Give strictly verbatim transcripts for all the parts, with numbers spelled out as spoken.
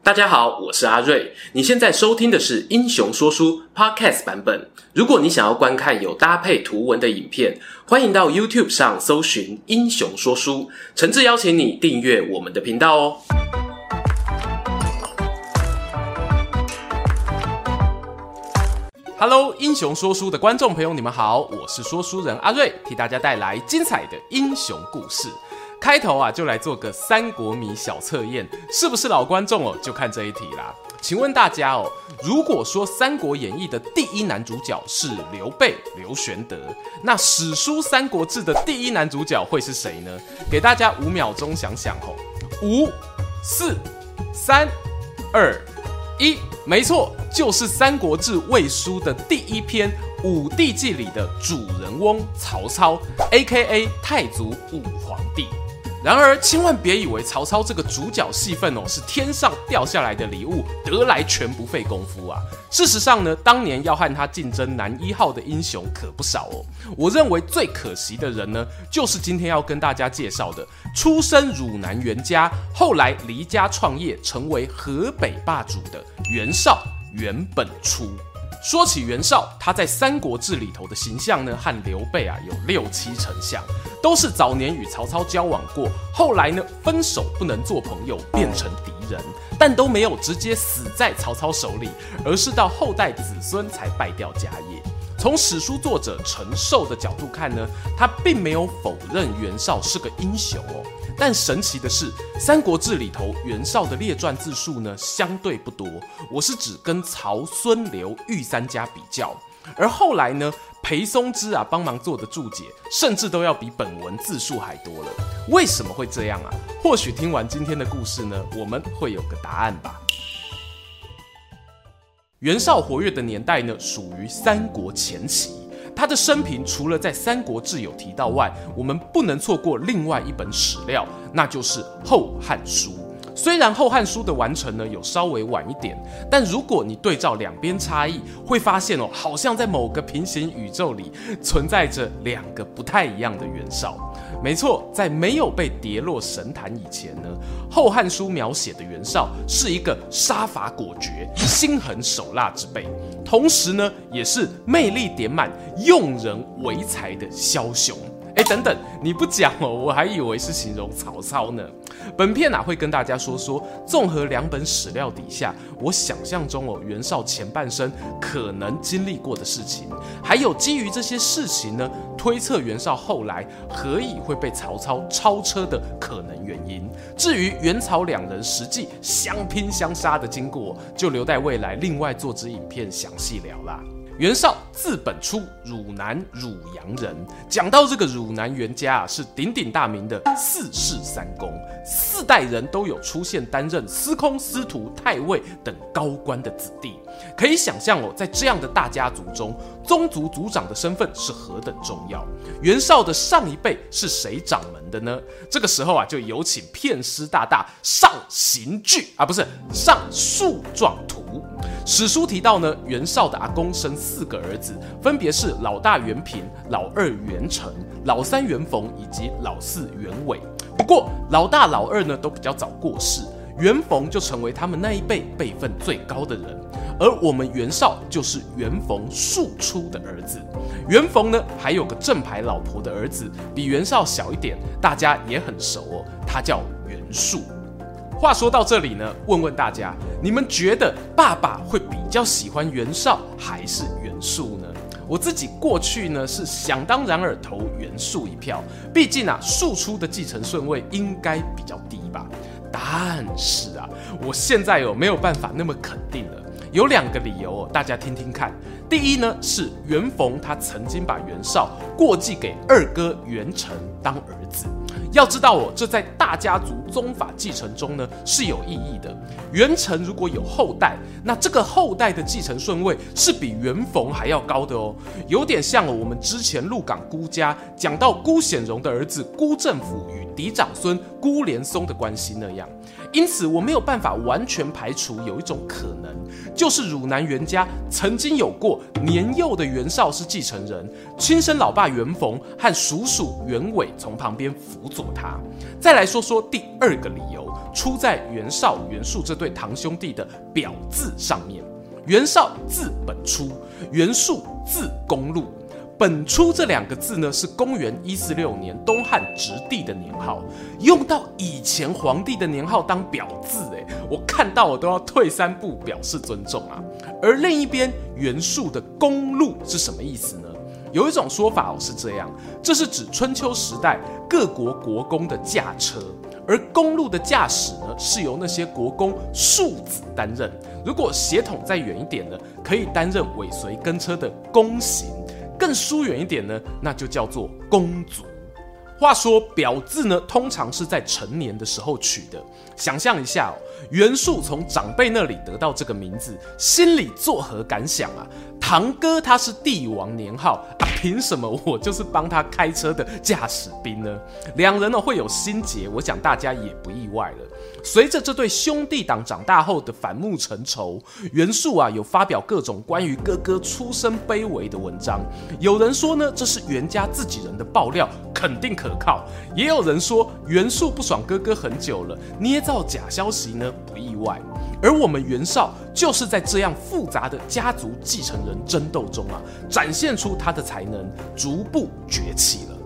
大家好，我是阿瑞。你现在收听的是英雄说书 Podcast 版本。如果你想要观看有搭配图文的影片，欢迎到 YouTube 上搜寻英雄说书，诚挚邀请你订阅我们的频道哦。Hello， 英雄说书的观众朋友，你们好，我是说书人阿瑞，替大家带来精彩的英雄故事。开头啊，就来做个三国迷小测验，是不是老观众哦？就看这一题啦。请问大家哦，如果说《三国演义》的第一男主角是刘备刘玄德，那史书《三国志》的第一男主角会是谁呢？给大家五秒钟想想哦，五、四、三、二、一，没错，就是《三国志》魏书的第一篇《武帝纪》里的主人翁曹操 ，A K A 太祖武皇帝。然而，千万别以为曹操这个主角戏份哦是天上掉下来的礼物，得来全不费功夫啊！事实上呢，当年要和他竞争男一号的英雄可不少哦。我认为最可惜的人呢，就是今天要跟大家介绍的，出身汝南袁家，后来离家创业，成为河北霸主的袁绍袁本初。说起袁绍，他在《三国志》里头的形象呢，和刘备啊有六七成像，都是早年与曹操交往过，后来呢分手不能做朋友，变成敌人，但都没有直接死在曹操手里，而是到后代子孙才败掉家业。从史书作者陈寿的角度看呢，他并没有否认袁绍是个英雄哦。但神奇的是，《三国志》里头袁绍的列传字数呢相对不多，我是指跟曹、孙、刘、豫三家比较。而后来呢，裴松之啊帮忙做的注解，甚至都要比本文字数还多了。为什么会这样啊？或许听完今天的故事呢，我们会有个答案吧。袁绍活跃的年代呢，属于三国前期。他的生平除了在《三国志》有提到外，我们不能错过另外一本史料，那就是《后汉书》。虽然《后汉书》的完成呢有稍微晚一点，但如果你对照两边差异，会发现哦，好像在某个平行宇宙里存在着两个不太一样的袁绍。没错，在没有被跌落神坛以前呢，《后汉书》描写的袁绍是一个杀伐果决、心狠手辣之辈，同时呢，也是魅力点满、用人唯才的枭雄。哎，等等，你不讲哦，我还以为是形容曹操呢。本片啊会跟大家说说，综合两本史料底下，我想象中哦袁绍前半生可能经历过的事情，还有基于这些事情呢，推测袁绍后来何以会被曹操超车的可能原因。至于袁曹两人实际相拼相杀的经过，就留待未来另外做支影片详细聊啦。袁绍字本初，汝南汝阳人。讲到这个汝南袁家啊，是鼎鼎大名的四世三公，四代人都有出现担任司空、司徒、太尉等高官的子弟。可以想象哦，在这样的大家族中，宗族族长的身份是何等重要。袁绍的上一辈是谁掌门的呢？这个时候啊，就有请片师大大上刑具啊，不是上树状图。史书提到呢，袁绍的阿公生四个儿子，分别是老大袁平、老二袁成、老三袁逢以及老四袁伟。不过老大老二呢都比较早过世，袁逢就成为他们那一辈辈分最高的人。而我们袁绍就是袁逢庶出的儿子。袁逢呢还有个正牌老婆的儿子，比袁绍小一点，大家也很熟哦，他叫袁术。话说到这里呢，问问大家，你们觉得爸爸会比较喜欢袁绍还是袁术呢？我自己过去呢是想当然尔投袁术一票，毕竟啊庶出的继承顺位应该比较低吧。但是啊，我现在有没有办法那么肯定了？有两个理由哦，大家听听看。第一呢，是袁逢他曾经把袁绍过继给二哥袁成当儿子。要知道哦，这在大家族宗法继承中呢是有意义的。袁成如果有后代，那这个后代的继承顺位是比袁逢还要高的哦，有点像我们之前鹿港辜家讲到辜显荣的儿子辜振甫与嫡长孙辜连松的关系那样。因此，我没有办法完全排除有一种可能，就是汝南袁家曾经有过年幼的袁绍是继承人，亲生老爸袁逢和叔叔袁伟从旁边辅佐他。再来说说第二个理由， 出在袁绍、袁术这对堂兄弟的表字上面。袁绍字本初，袁术字公路。本初这两个字呢，是公元一四六年东汉直帝的年号，用到以前皇帝的年号当表字，哎，我看到我都要退三步表示尊重啊。而另一边袁术的公路是什么意思呢？有一种说法哦是这样，这是指春秋时代各国国公的驾车，而公路的驾驶呢是由那些国公庶子担任。如果血统再远一点呢，可以担任尾随跟车的公行。更疏远一点呢，那就叫做公族。话说表字呢，通常是在成年的时候取的。想象一下哦，袁术从长辈那里得到这个名字，心里作何感想啊？堂哥他是帝王年号啊，凭什么我就是帮他开车的驾驶兵呢？两人呢会有心结，我想大家也不意外了。随着这对兄弟党长大后的反目成仇，袁术啊有发表各种关于哥哥出身卑微的文章。有人说呢，这是袁家自己人的爆料，肯定可靠；也有人说袁术不爽哥哥很久了，捏造假消息呢不意外。而我们袁绍就是在这样复杂的家族继承人争斗中啊，展现出他的才能，逐步崛起了。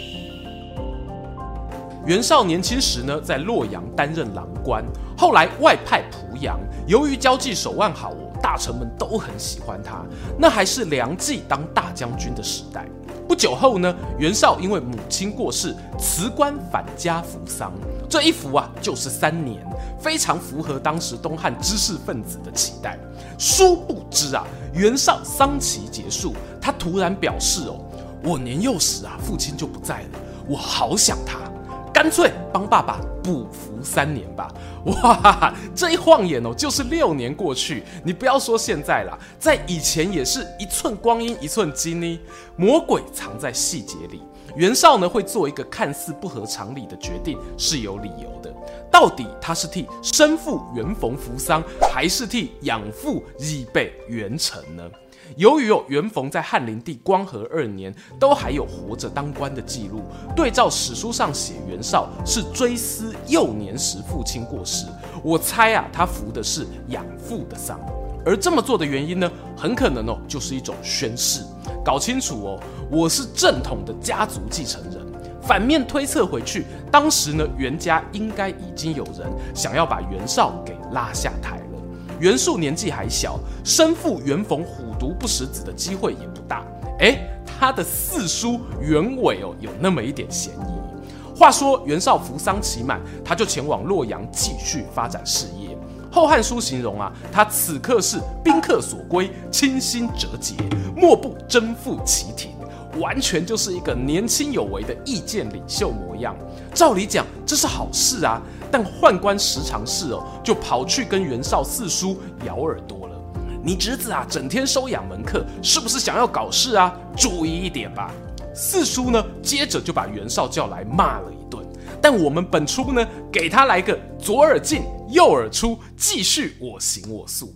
袁绍年轻时呢，在洛阳担任郎官，后来外派濮阳。由于交际手腕好哦，大臣们都很喜欢他。那还是梁冀当大将军的时代。不久后呢，袁绍因为母亲过世，辞官返家服丧。这一服啊，就是三年，非常符合当时东汉知识分子的期待。殊不知啊，袁绍丧期结束，他突然表示哦，我年幼时啊，父亲就不在了，我好想他。干脆帮爸爸补服三年吧！哇，这一晃眼哦，就是六年过去。你不要说现在啦，在以前也是一寸光阴一寸金呢。魔鬼藏在细节里。袁绍呢会做一个看似不合常理的决定，是有理由的。到底他是替生父袁逢扶丧，还是替养父祎备袁成呢？由于哦，袁逢在汉灵帝光和二年都还有活着当官的记录，对照史书上写袁绍是追思幼年时父亲过世，我猜啊，他服的是养父的丧。而这么做的原因呢，很可能哦，就是一种宣誓，搞清楚哦，我是正统的家族继承人。反面推测回去，当时呢，袁家应该已经有人想要把袁绍给拉下台了。袁术年纪还小，生父袁逢虎毒不食子的机会也不大。哎，他的四叔袁伟哦，有那么一点嫌疑。话说袁绍服丧期满，他就前往洛阳继续发展事业。《后汉书》形容啊，他此刻是宾客所归，倾心折节，莫不征服其庭，完全就是一个年轻有为的意见领袖模样。照理讲，这是好事啊。但宦官时常是哦，就跑去跟袁绍四叔咬耳朵了。你侄子啊，整天收养门客，是不是想要搞事啊？注意一点吧。四叔呢，接着就把袁绍叫来骂了一顿。但我们本初呢，给他来个左耳进右耳出，继续我行我素。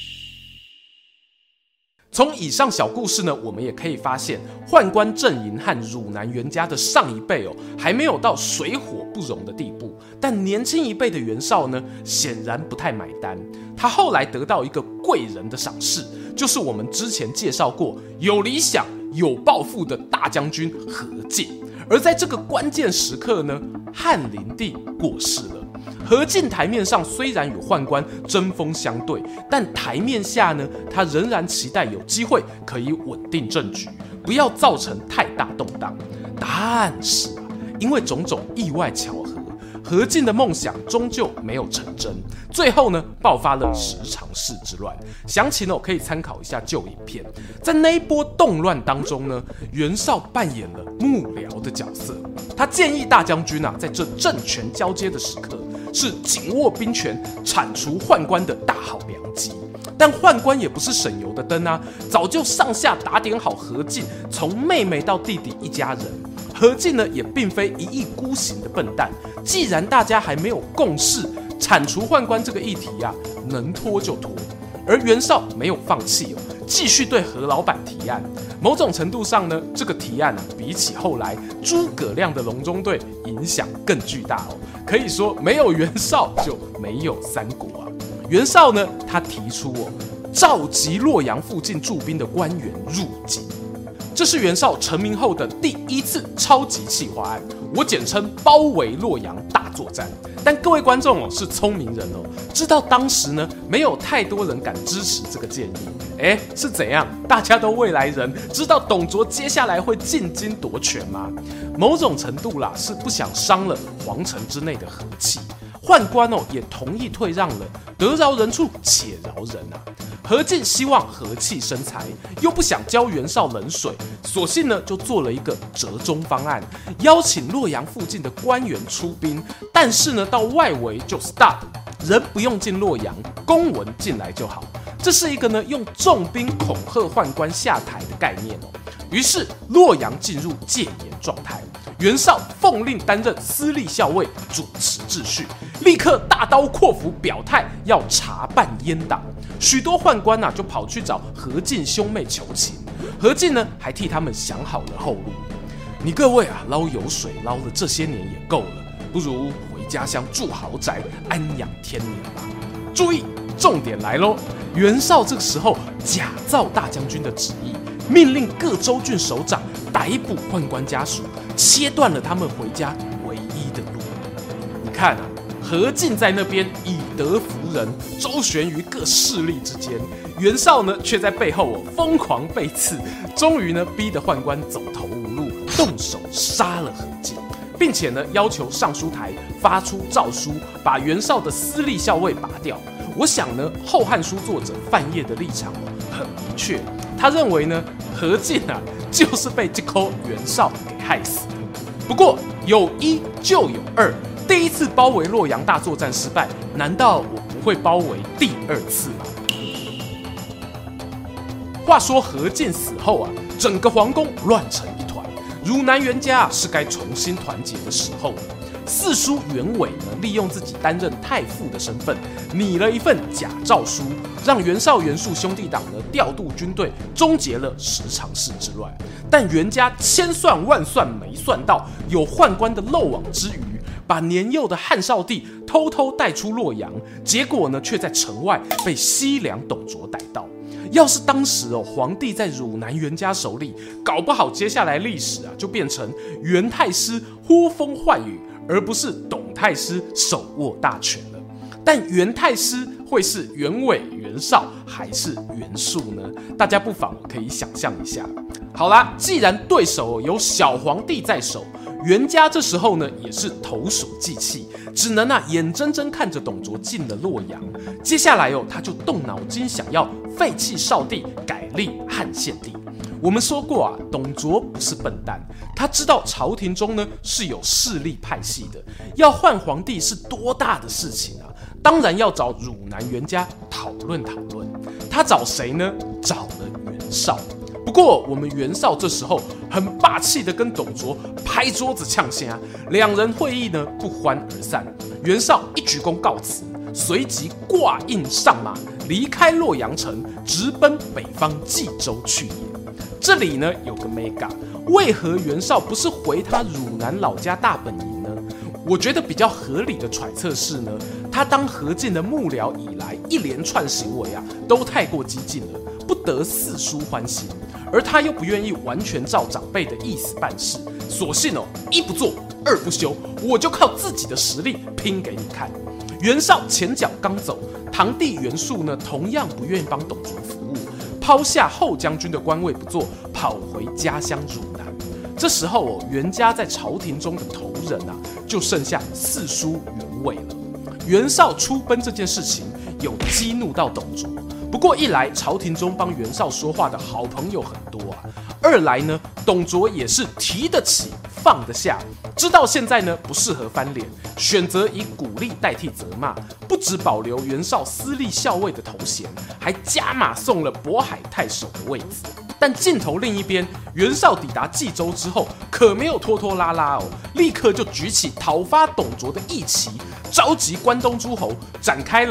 从以上小故事呢，我们也可以发现，宦官阵营和汝南袁家的上一辈哦，还没有到水火不容的地步。但年轻一辈的袁绍呢，显然不太买单。他后来得到一个贵人的赏识，就是我们之前介绍过有理想、有抱负的大将军何进。而在这个关键时刻呢，汉灵帝过世了。何进台面上虽然与宦官针锋相对，但台面下呢，他仍然期待有机会可以稳定政局，不要造成太大动荡。但是啊，因为种种意外巧合，何进的梦想终究没有成真，最后呢，爆发了十常侍之乱。详情呢，可以参考一下旧影片。在那一波动乱当中呢，袁绍扮演了幕僚的角色。他建议大将军啊，在这政权交接的时刻，是紧握兵权、铲除宦官的大好良机。但宦官也不是省油的灯啊，早就上下打点好何进，从妹妹到弟弟一家人。何进呢，也并非一意孤行的笨蛋。既然大家还没有共识，铲除宦官这个议题啊，能拖就拖。 而袁绍没有放弃哦，继续对何老板提案。某种程度上呢，这个提案啊，比起后来诸葛亮的隆中对影响更巨大哦。可以说，没有袁绍就没有三国啊。袁绍呢，他提出哦，召集洛阳附近驻兵的官员入京。这是袁绍成名后的第一次超级企划案，我简称包围洛阳大作战。但各位观众哦是聪明人哦，知道当时呢没有太多人敢支持这个建议。哎，是怎样？大家都未来人，知道董卓接下来会进京夺权吗？某种程度啦，是不想伤了皇城之内的和气。宦官哦也同意退让了，得饶人处且饶人啊。何进希望和气生财，又不想浇袁绍冷水，索性呢就做了一个折中方案，邀请洛阳附近的官员出兵，但是呢到外围就 stop， 人不用进洛阳，公文进来就好。这是一个呢用重兵恐吓宦官下台的概念哦。于是洛阳进入戒严状态，袁绍奉令担任司隶校尉，主持秩序，立刻大刀阔斧表态要查办阉党。许多宦官啊就跑去找何进兄妹求情，何进呢还替他们想好了后路。你各位啊捞油水捞了这些年也够了，不如回家乡住豪宅，安养天年吧。注意，重点来咯，袁绍这个时候假造大将军的旨意，命令各州郡首长逮捕宦官家属，切断了他们回家唯一的路。你看啊，何进在那边以德服人，周旋于各势力之间，袁绍呢却在背后哦疯狂背刺，终于呢逼得宦官走投无路，动手杀了何进，并且呢要求尚书台发出诏书，把袁绍的司隶校尉拔掉。我想呢，《后汉书》作者范晔的立场哦很明确，他认为呢何进啊就是被这口袁绍给害死的。不过有一就有二。第一次包围洛阳大作战失败，难道我不会包围第二次吗？话说何进死后啊，整个皇宫乱成一团，汝南袁家是该重新团结的时候了。四叔袁伟呢，利用自己担任太傅的身份，拟了一份假诏书，让袁绍、袁术兄弟党呢调度军队，终结了十常侍之乱。但袁家千算万算没算到，有宦官的漏网之鱼，把年幼的汉少帝偷偷带出洛阳，结果呢，却在城外被西凉董卓逮到。要是当时哦，皇帝在汝南袁家手里，搞不好接下来历史啊就变成袁太师呼风唤雨，而不是董太师手握大权了。但袁太师会是袁伟、袁绍还是袁术呢？大家不妨可以想象一下。好啦，既然对手有小皇帝在手，袁家这时候呢也是投鼠忌器，只能啊眼睁睁看着董卓进了洛阳。接下来哦，他就动脑筋想要废弃少帝，改立汉献帝。我们说过啊，董卓不是笨蛋，他知道朝廷中呢是有势力派系的，要换皇帝是多大的事情啊！当然要找汝南袁家讨论讨论。他找谁呢？找了袁绍。不过我们袁绍这时候很霸气的跟董卓拍桌子呛声啊，两人会议呢不欢而散。袁绍一鞠躬告辞，随即挂印上马，离开洛阳城，直奔北方冀州去也。这里呢有个 mega， 为何袁绍不是回他汝南老家大本营呢？我觉得比较合理的揣测是呢，他当何进的幕僚以来，一连串行为啊都太过激进了，不得四叔欢心，而他又不愿意完全照长辈的意思办事，索性哦一不做二不休，我就靠自己的实力拼给你看。袁绍前脚刚走，堂弟袁术呢同样不愿意帮董卓服务，抛下后将军的官位不做，跑回家乡汝南。这时候哦，袁家在朝廷中的头人啊，就剩下四叔袁伟了。袁绍出奔这件事情，有激怒到董卓。不过一来，朝廷中帮袁绍说话的好朋友很多啊；二来呢，董卓也是提得起放得下，知道现在呢不适合翻脸，选择以鼓励代替责骂，不只保留袁绍司隶校尉的头衔，还加码送了渤海太守的位置。但镜头另一边，袁绍抵达冀州之后，可没有拖拖拉拉哦，立刻就举起讨伐董卓的义旗，召集关东诸侯，展开了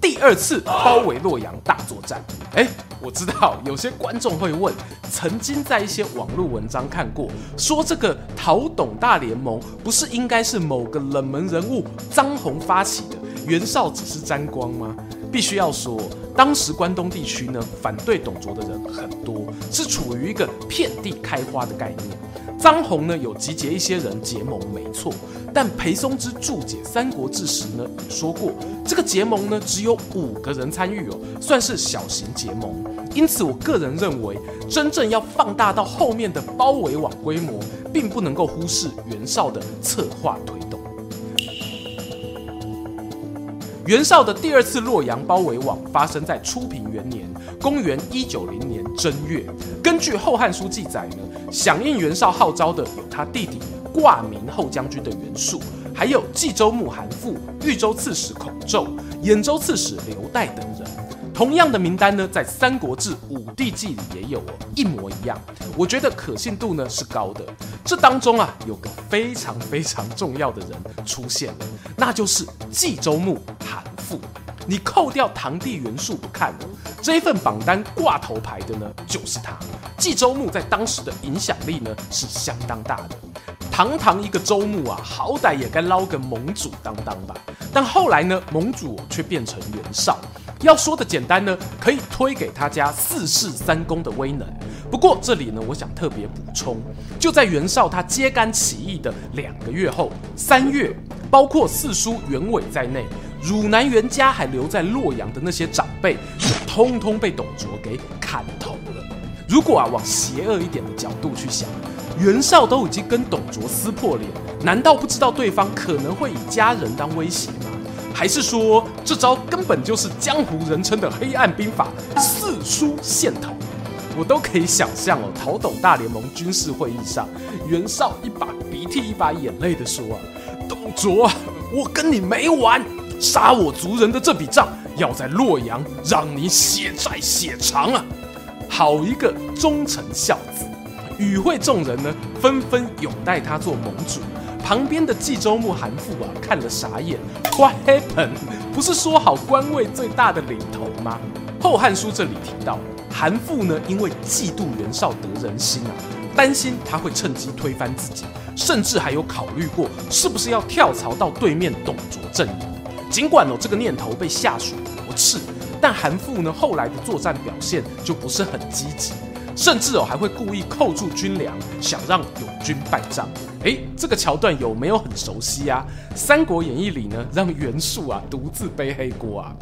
第二次包围洛阳大作战。哎，我知道有些观众会问，曾经在一些网络文章看过，说这个讨董大联盟不是应该是某个冷门人物张宏发起的，袁绍只是沾光吗？必须要说，当时关东地区呢，反对董卓的人很多，是处于一个遍地开花的概念。张宏呢有集结一些人结盟，没错，但裴松之注解《三国志》时呢也说过，这个结盟呢只有五个人参与哦，算是小型结盟。因此，我个人认为，真正要放大到后面的包围网规模，并不能够忽视袁绍的策划推动。袁绍的第二次洛阳包围网发生在初平元年，公元一九零年正月。根据《后汉书》记载呢，响应袁绍号召的有他弟弟挂名后将军的袁术，还有冀州牧韩馥、豫州刺史孔宙、兖州刺史刘岱等人。同样的名单呢，在《三国志·武帝纪》里也有哦，一模一样。我觉得可信度呢是高的。这当中啊，有个非常非常重要的人出现了，那就是冀州牧韩馥。你扣掉堂弟袁术不看哦，这一份榜单挂头牌的呢就是他。冀州牧在当时的影响力呢是相当大的。堂堂一个州牧啊，好歹也该捞个盟主当当吧。但后来呢，盟主却变成袁绍。要说的简单呢，可以推给他家四世三公的威能。不过这里呢，我想特别补充，就在袁绍他揭竿起义的两个月后，三月，包括四叔袁伟在内，汝南袁家还留在洛阳的那些长辈，就通通被董卓给砍头了。如果啊往邪恶一点的角度去想，袁绍都已经跟董卓撕破脸，难道不知道对方可能会以家人当威胁吗？还是说这招根本就是江湖人称的黑暗兵法四叔线头？我都可以想象哦，讨董大联盟军事会议上，袁绍一把鼻涕一把眼泪的说啊：“董卓啊，我跟你没完，杀我族人的这笔账要在洛阳让你血债血偿啊！”好一个忠臣孝子！与会众人呢，纷纷拥戴他做盟主。旁边的冀州牧韩馥啊，看了傻眼。What happened？ 不是说好官位最大的领头吗？《后汉书》这里提到，韩馥呢，因为嫉妒袁绍得人心啊，担心他会趁机推翻自己，甚至还有考虑过是不是要跳槽到对面董卓阵营。尽管哦这个念头被下属驳斥，但韩馥呢后来的作战表现就不是很积极。甚至哦还会故意扣住军粮，想让友军败仗。哎，这个桥段有没有很熟悉啊？《三国演义》里呢，让袁术啊独自背黑锅啊。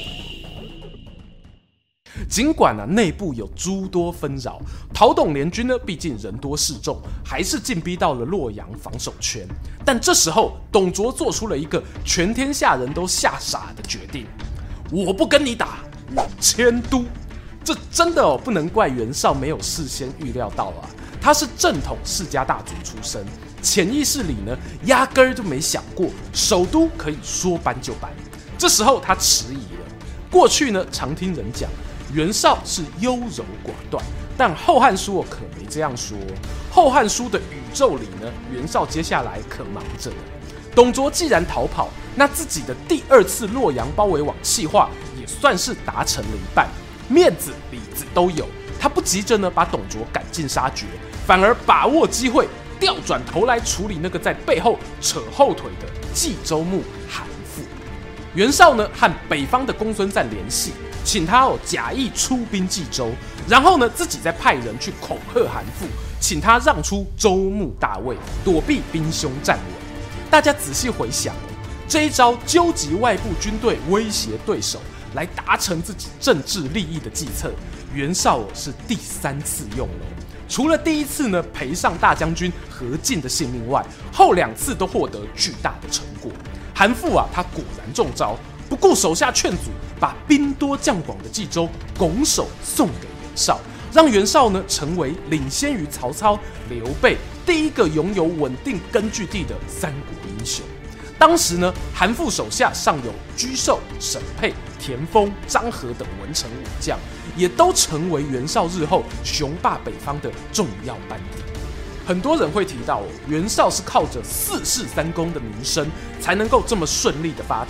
尽管啊内部有诸多纷扰，讨董联军呢毕竟人多势众，还是进逼到了洛阳防守圈。但这时候，董卓做出了一个全天下人都吓傻的决定：我不跟你打，我迁都。这真的哦，不能怪袁绍没有事先预料到啊！他是正统世家大族出身，潜意识里呢，压根儿就没想过首都可以说搬就搬。这时候他迟疑了。过去呢，常听人讲袁绍是优柔寡断，但《后汉书》可没这样说。《后汉书》的宇宙里呢，袁绍接下来可忙着呢。董卓既然逃跑，那自己的第二次洛阳包围网计划也算是达成了一半。面子里子都有，他不急着呢把董卓赶尽杀绝，反而把握机会调转头来处理那个在背后扯后腿的冀州牧韩馥。袁绍呢和北方的公孙瓒联系，请他哦假意出兵冀州，然后呢自己再派人去恐吓韩馥，请他让出州牧大位，躲避兵凶战危。大家仔细回想哦，这一招纠集外部军队威胁对手，来达成自己政治利益的计策，袁绍是第三次用了。除了第一次呢赔上大将军何进的性命外，后两次都获得巨大的成果。韩馥啊，他果然中招，不顾手下劝阻，把兵多将广的冀州拱手送给袁绍，让袁绍呢成为领先于曹操、刘备第一个拥有稳定根据地的三国英雄。当时呢，韩馥手下尚有沮授、沈佩、田丰、张合等文臣武将，也都成为袁绍日后雄霸北方的重要班底。很多人会提到哦，袁绍是靠着四世三公的名声，才能够这么顺利的发展。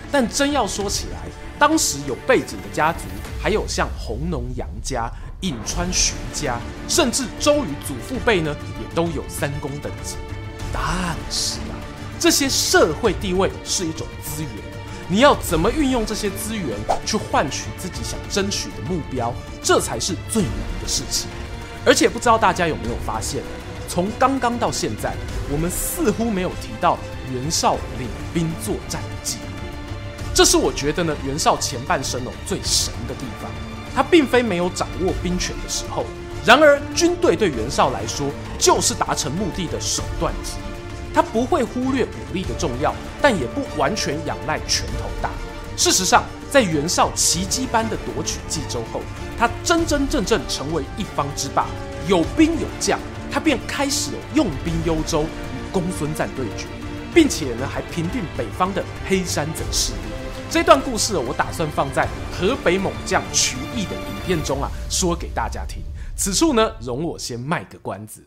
但真要说起来，当时有背景的家族还有像弘农杨家、颍川徐家，甚至周瑜祖父辈呢，也都有三公等级。但是啊，这些社会地位是一种资源，你要怎么运用这些资源去换取自己想争取的目标，这才是最难的事情。而且不知道大家有没有发现，从刚刚到现在，我们似乎没有提到袁绍领兵作战的记录。这是我觉得呢，袁绍前半生哦最神的地方。他并非没有掌握兵权的时候，然而军队对袁绍来说就是达成目的的手段之一。他不会忽略武力的重要，但也不完全仰赖拳头大。事实上，在袁绍奇迹般的夺取冀州后，他真真正正成为一方之霸，有兵有将，他便开始用兵幽州，与公孙瓒对决，并且呢还平定北方的黑山贼势力。这段故事我打算放在河北猛将曲艺的影片中啊，说给大家听。此处呢，容我先卖个关子。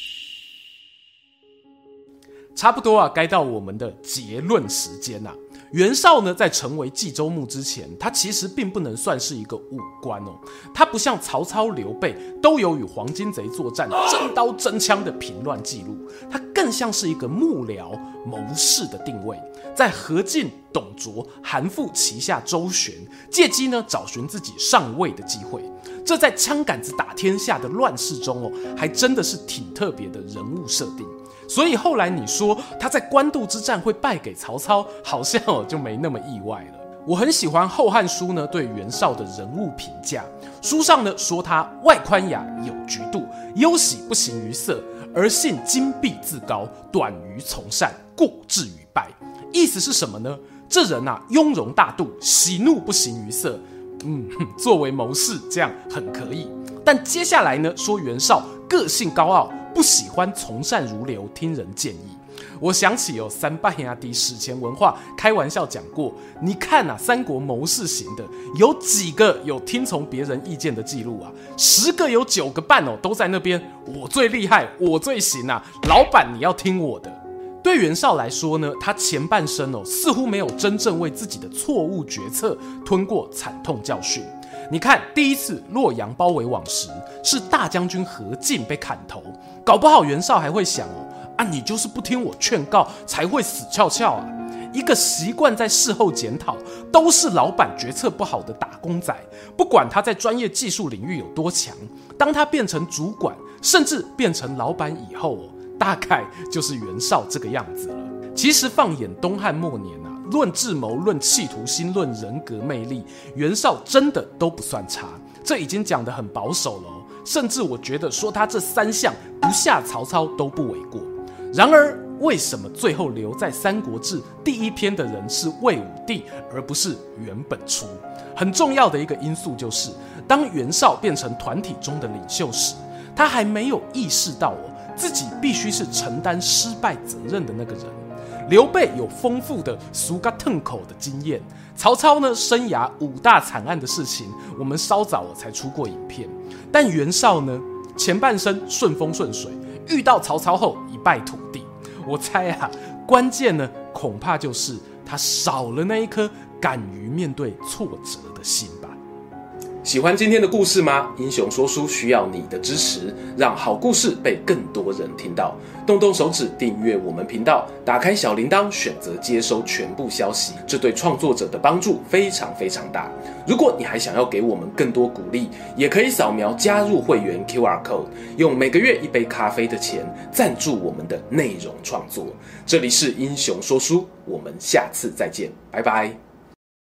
差不多啊，该到我们的结论时间啊。袁绍呢，在成为冀州牧之前，他其实并不能算是一个武官哦。他不像曹操、刘备都有与黄巾贼作战真刀真枪的平乱记录，他更像是一个幕僚谋士的定位，在何进、董卓、韩馥旗下周旋，借机呢找寻自己上位的机会。这在枪杆子打天下的乱世中哦，还真的是挺特别的人物设定。所以后来你说他在官渡之战会败给曹操，好像哦就没那么意外了。我很喜欢《后汉书》呢对袁绍的人物评价，书上呢说他外宽雅，有局度，忧喜不形于色，而性矜避自高，短于从善，故至于败。意思是什么呢？这人啊雍容大度，喜怒不形于色。嗯，作为谋士这样很可以。但接下来呢说袁绍个性高傲，不喜欢从善如流，听人建议。我想起有三拜亚迪史前文化开玩笑讲过，你看啊，三国谋士型的有几个有听从别人意见的记录啊？十个有九个半哦，都在那边我最厉害，我最行啊，老板你要听我的。对袁绍来说呢，他前半生哦似乎没有真正为自己的错误决策吞过惨痛教训。你看，第一次洛阳包围网时，是大将军何进被砍头，搞不好袁绍还会想哦，啊你就是不听我劝告，才会死翘翘啊。一个习惯在事后检讨，都是老板决策不好的打工仔，不管他在专业技术领域有多强，当他变成主管，甚至变成老板以后哦，大概就是袁绍这个样子了。其实放眼东汉末年啊，论智谋、论企图心、论人格魅力，袁绍真的都不算差。这已经讲得很保守了哦，甚至我觉得说他这三项不下曹操都不为过。然而，为什么最后留在《三国志》第一篇的人是魏武帝，而不是袁本初？很重要的一个因素就是，当袁绍变成团体中的领袖时，他还没有意识到哦，自己必须是承担失败责任的那个人。刘备有丰富的苏嘎腾口的经验，曹操呢，生涯五大惨案的事情，我们稍早才出过影片。但袁绍呢，前半生顺风顺水，遇到曹操后一败涂地。我猜啊，关键呢，恐怕就是他少了那一颗敢于面对挫折的心吧。喜欢今天的故事吗？英雄说书需要你的支持，让好故事被更多人听到。动动手指订阅我们频道，打开小铃铛，选择接收全部消息，这对创作者的帮助非常非常大。如果你还想要给我们更多鼓励，也可以扫描加入会员 Q R code， 用每个月一杯咖啡的钱赞助我们的内容创作。这里是英雄说书，我们下次再见，拜拜。